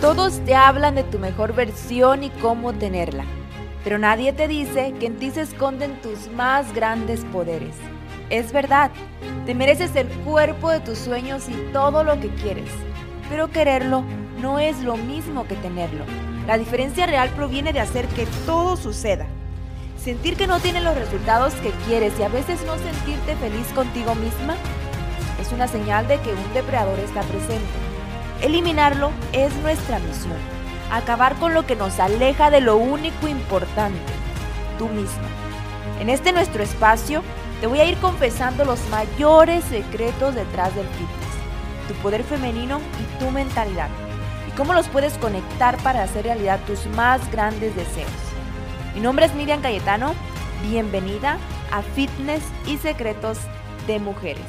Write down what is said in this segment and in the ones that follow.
Todos te hablan de tu mejor versión y cómo tenerla, pero nadie te dice que en ti se esconden tus más grandes poderes. Es verdad, te mereces el cuerpo de tus sueños y todo lo que quieres, pero quererlo no es lo mismo que tenerlo. La diferencia real proviene de hacer que todo suceda. Sentir que no tienes los resultados que quieres y a veces no sentirte feliz contigo misma es una señal de que un depredador está presente. Eliminarlo es nuestra misión. Acabar con lo que nos aleja de lo único importante, tú misma. En este nuestro espacio te voy a ir confesando los mayores secretos detrás del fitness, tu poder femenino y tu mentalidad, y cómo los puedes conectar para hacer realidad tus más grandes deseos. Mi nombre es Miriam Cayetano, bienvenida a Fitness y Secretos de Mujeres.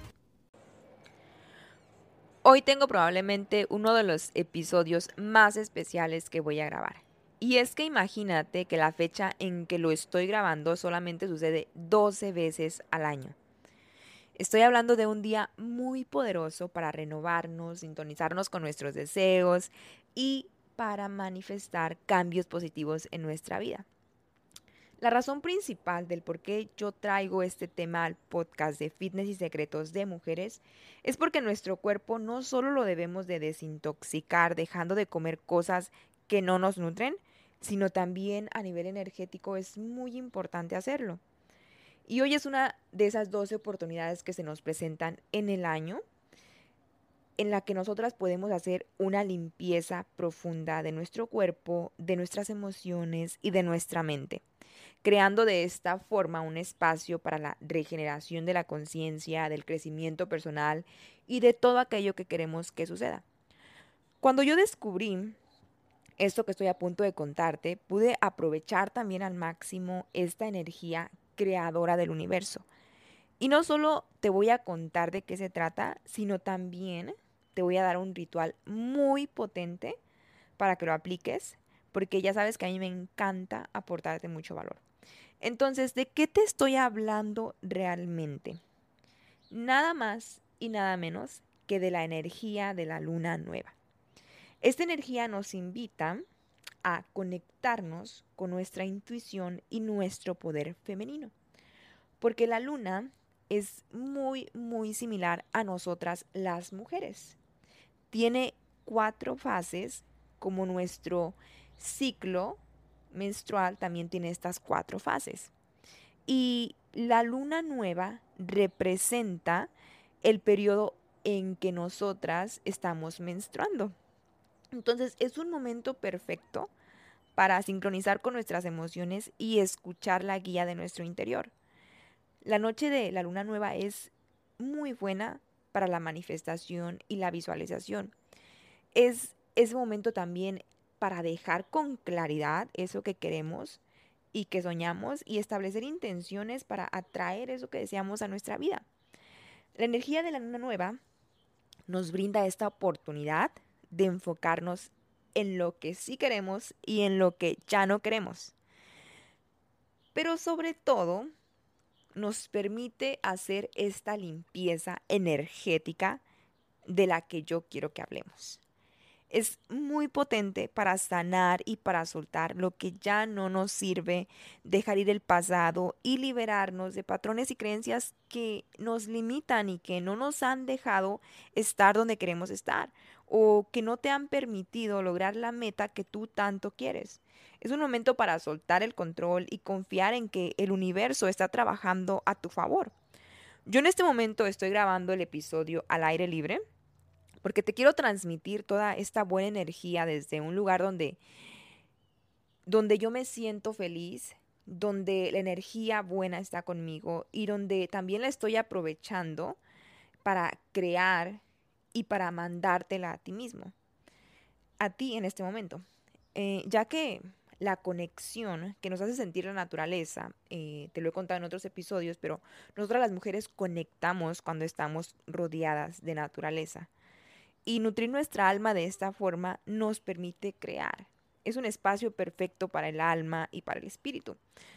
Hoy tengo probablemente uno de los episodios más especiales que voy a grabar. Y es que imagínate que la fecha en que lo estoy grabando solamente sucede 12 veces al año. Estoy hablando de un día muy poderoso para renovarnos, sintonizarnos con nuestros deseos y para manifestar cambios positivos en nuestra vida. La razón principal del por qué yo traigo este tema al podcast de Fitness y Secretos de Mujeres es porque nuestro cuerpo no solo lo debemos de desintoxicar dejando de comer cosas que no nos nutren, sino también a nivel energético es muy importante hacerlo. Y hoy es una de esas 12 oportunidades que se nos presentan en el año en la que nosotras podemos hacer una limpieza profunda de nuestro cuerpo, de nuestras emociones y de nuestra mente, creando de esta forma un espacio para la regeneración de la conciencia, del crecimiento personal y de todo aquello que queremos que suceda. Cuando yo descubrí esto que estoy a punto de contarte, pude aprovechar también al máximo esta energía creadora del universo. Y no solo te voy a contar de qué se trata, sino también te voy a dar un ritual muy potente para que lo apliques, porque ya sabes que a mí me encanta aportarte mucho valor. Entonces, ¿de qué te estoy hablando realmente? Nada más y nada menos que de la energía de la luna nueva. Esta energía nos invita a conectarnos con nuestra intuición y nuestro poder femenino, porque la luna es muy similar a nosotras las mujeres. Tiene 4 fases, como nuestro ciclo menstrual también tiene estas 4 fases. Y la luna nueva representa el periodo en que nosotras estamos menstruando. Entonces es un momento perfecto para sincronizar con nuestras emociones y escuchar la guía de nuestro interior. La noche de la luna nueva es muy buena para la manifestación y la visualización. Es ese momento también para dejar con claridad eso que queremos y que soñamos y establecer intenciones para atraer eso que deseamos a nuestra vida. La energía de la luna nueva nos brinda esta oportunidad de enfocarnos en lo que sí queremos y en lo que ya no queremos. Pero sobre todo, nos permite hacer esta limpieza energética de la que yo quiero que hablemos. Es muy potente para sanar y para soltar lo que ya no nos sirve, dejar ir el pasado y liberarnos de patrones y creencias que nos limitan y que no nos han dejado estar donde queremos estar o que no te han permitido lograr la meta que tú tanto quieres. Es un momento para soltar el control y confiar en que el universo está trabajando a tu favor. Yo en este momento estoy grabando el episodio al aire libre, porque te quiero transmitir toda esta buena energía desde un lugar donde yo me siento feliz, donde la energía buena está conmigo y donde también la estoy aprovechando para crear y para mandártela a ti mismo, a ti en este momento. Ya que la conexión que nos hace sentir la naturaleza, te lo he contado en otros episodios, pero nosotras las mujeres conectamos cuando estamos rodeadas de naturaleza. Y nutrir nuestra alma de esta forma nos permite crear. Es un espacio perfecto para el alma y para el espíritu.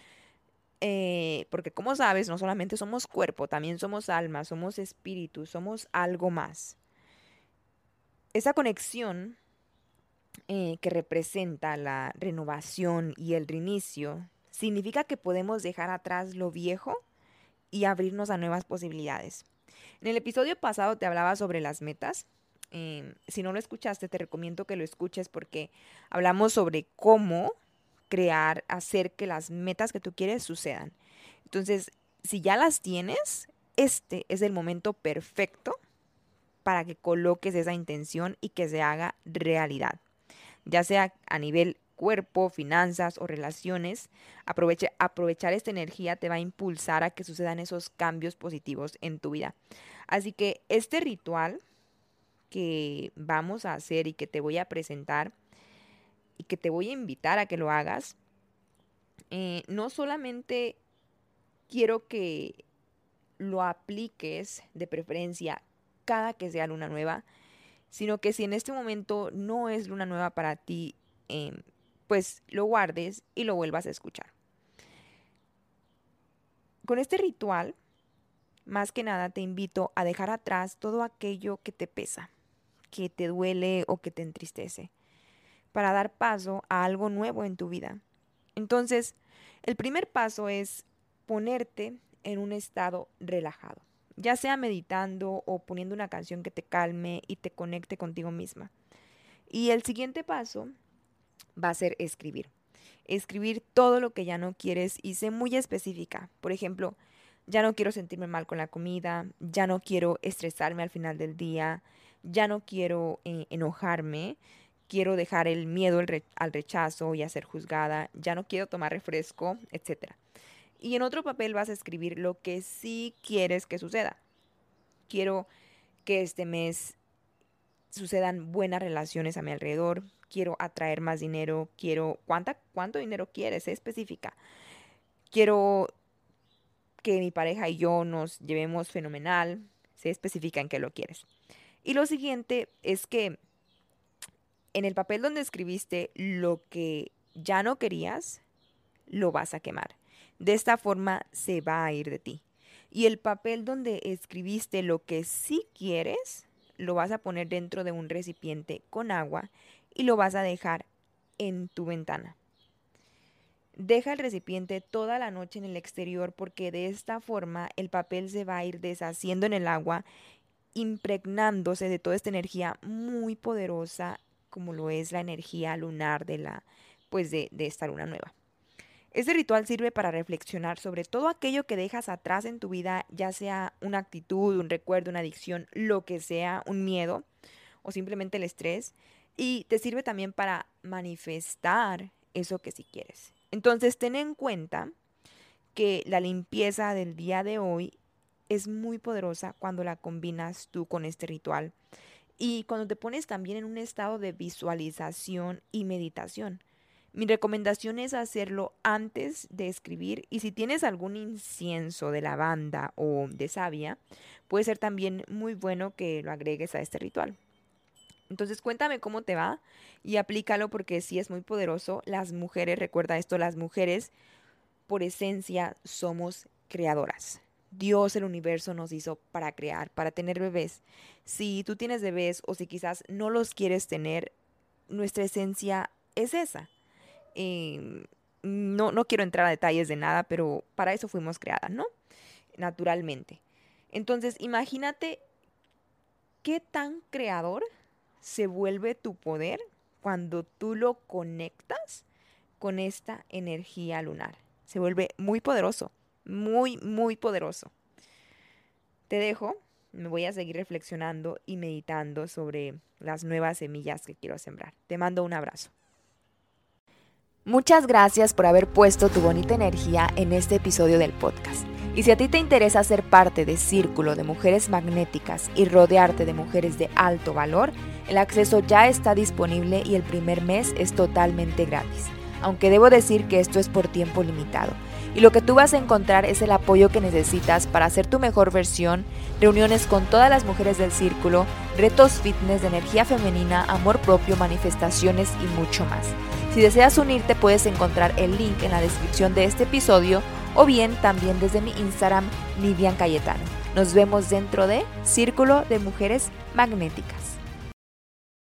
Porque como sabes, no solamente somos cuerpo, también somos alma, somos espíritu, somos algo más. Esa conexión que representa la renovación y el reinicio, significa que podemos dejar atrás lo viejo y abrirnos a nuevas posibilidades. En el episodio pasado te hablaba sobre las metas. Si no lo escuchaste, te recomiendo que lo escuches porque hablamos sobre cómo hacer que las metas que tú quieres sucedan. Entonces, si ya las tienes, este es el momento perfecto para que coloques esa intención y que se haga realidad. Ya sea a nivel cuerpo, finanzas o relaciones, aprovechar esta energía te va a impulsar a que sucedan esos cambios positivos en tu vida. Así que este ritual que vamos a hacer y que te voy a presentar y que te voy a invitar a que lo hagas, no solamente quiero que lo apliques de preferencia cada que sea luna nueva, sino que si en este momento no es luna nueva para ti, pues lo guardes y lo vuelvas a escuchar. Con este ritual, más que nada te invito a dejar atrás todo aquello que te pesa, que te duele o que te entristece, para dar paso a algo nuevo en tu vida. Entonces, el primer paso es ponerte en un estado relajado, ya sea meditando o poniendo una canción que te calme y te conecte contigo misma. Y el siguiente paso va a ser escribir. Escribir todo lo que ya no quieres y sé muy específica. Por ejemplo, ya no quiero sentirme mal con la comida, ya no quiero estresarme al final del día, ya no quiero enojarme, quiero dejar el miedo al rechazo y a ser juzgada, ya no quiero tomar refresco, etc. Y en otro papel vas a escribir lo que sí quieres que suceda. Quiero que este mes sucedan buenas relaciones a mi alrededor, quiero atraer más dinero, ¿cuánto dinero quieres? Sé específica. Quiero que mi pareja y yo nos llevemos fenomenal, sé específica en qué lo quieres. Y lo siguiente es que en el papel donde escribiste lo que ya no querías, lo vas a quemar. De esta forma se va a ir de ti. Y el papel donde escribiste lo que sí quieres, lo vas a poner dentro de un recipiente con agua y lo vas a dejar en tu ventana. Deja el recipiente toda la noche en el exterior porque de esta forma el papel se va a ir deshaciendo en el agua, impregnándose de toda esta energía muy poderosa como lo es la energía lunar de esta luna nueva. Este ritual sirve para reflexionar sobre todo aquello que dejas atrás en tu vida, ya sea una actitud, un recuerdo, una adicción, lo que sea, un miedo o simplemente el estrés. Y te sirve también para manifestar eso que sí quieres. Entonces, ten en cuenta que la limpieza del día de hoy es muy poderosa cuando la combinas tú con este ritual y cuando te pones también en un estado de visualización y meditación. Mi recomendación es hacerlo antes de escribir y si tienes algún incienso de lavanda o de savia, puede ser también muy bueno que lo agregues a este ritual. Entonces cuéntame cómo te va y aplícalo porque sí es muy poderoso. Las mujeres, recuerda esto, las mujeres por esencia somos creadoras. Dios, el universo nos hizo para crear, para tener bebés. Si tú tienes bebés o si quizás no los quieres tener, nuestra esencia es esa. No quiero entrar a detalles de nada, pero para eso fuimos creadas, ¿no? Naturalmente. Entonces, imagínate qué tan creador se vuelve tu poder cuando tú lo conectas con esta energía lunar. Se vuelve muy poderoso, muy, muy poderoso. Te dejo, me voy a seguir reflexionando y meditando sobre las nuevas semillas que quiero sembrar. Te mando un abrazo. Muchas gracias por haber puesto tu bonita energía en este episodio del podcast. Y si a ti te interesa ser parte de Círculo de Mujeres Magnéticas y rodearte de mujeres de alto valor, el acceso ya está disponible y el primer mes es totalmente gratis. Aunque debo decir que esto es por tiempo limitado. Y lo que tú vas a encontrar es el apoyo que necesitas para ser tu mejor versión, reuniones con todas las mujeres del círculo, retos fitness de energía femenina, amor propio, manifestaciones y mucho más. Si deseas unirte puedes encontrar el link en la descripción de este episodio o bien también desde mi Instagram, Nidian Cayetano. Nos vemos dentro de Círculo de Mujeres Magnéticas.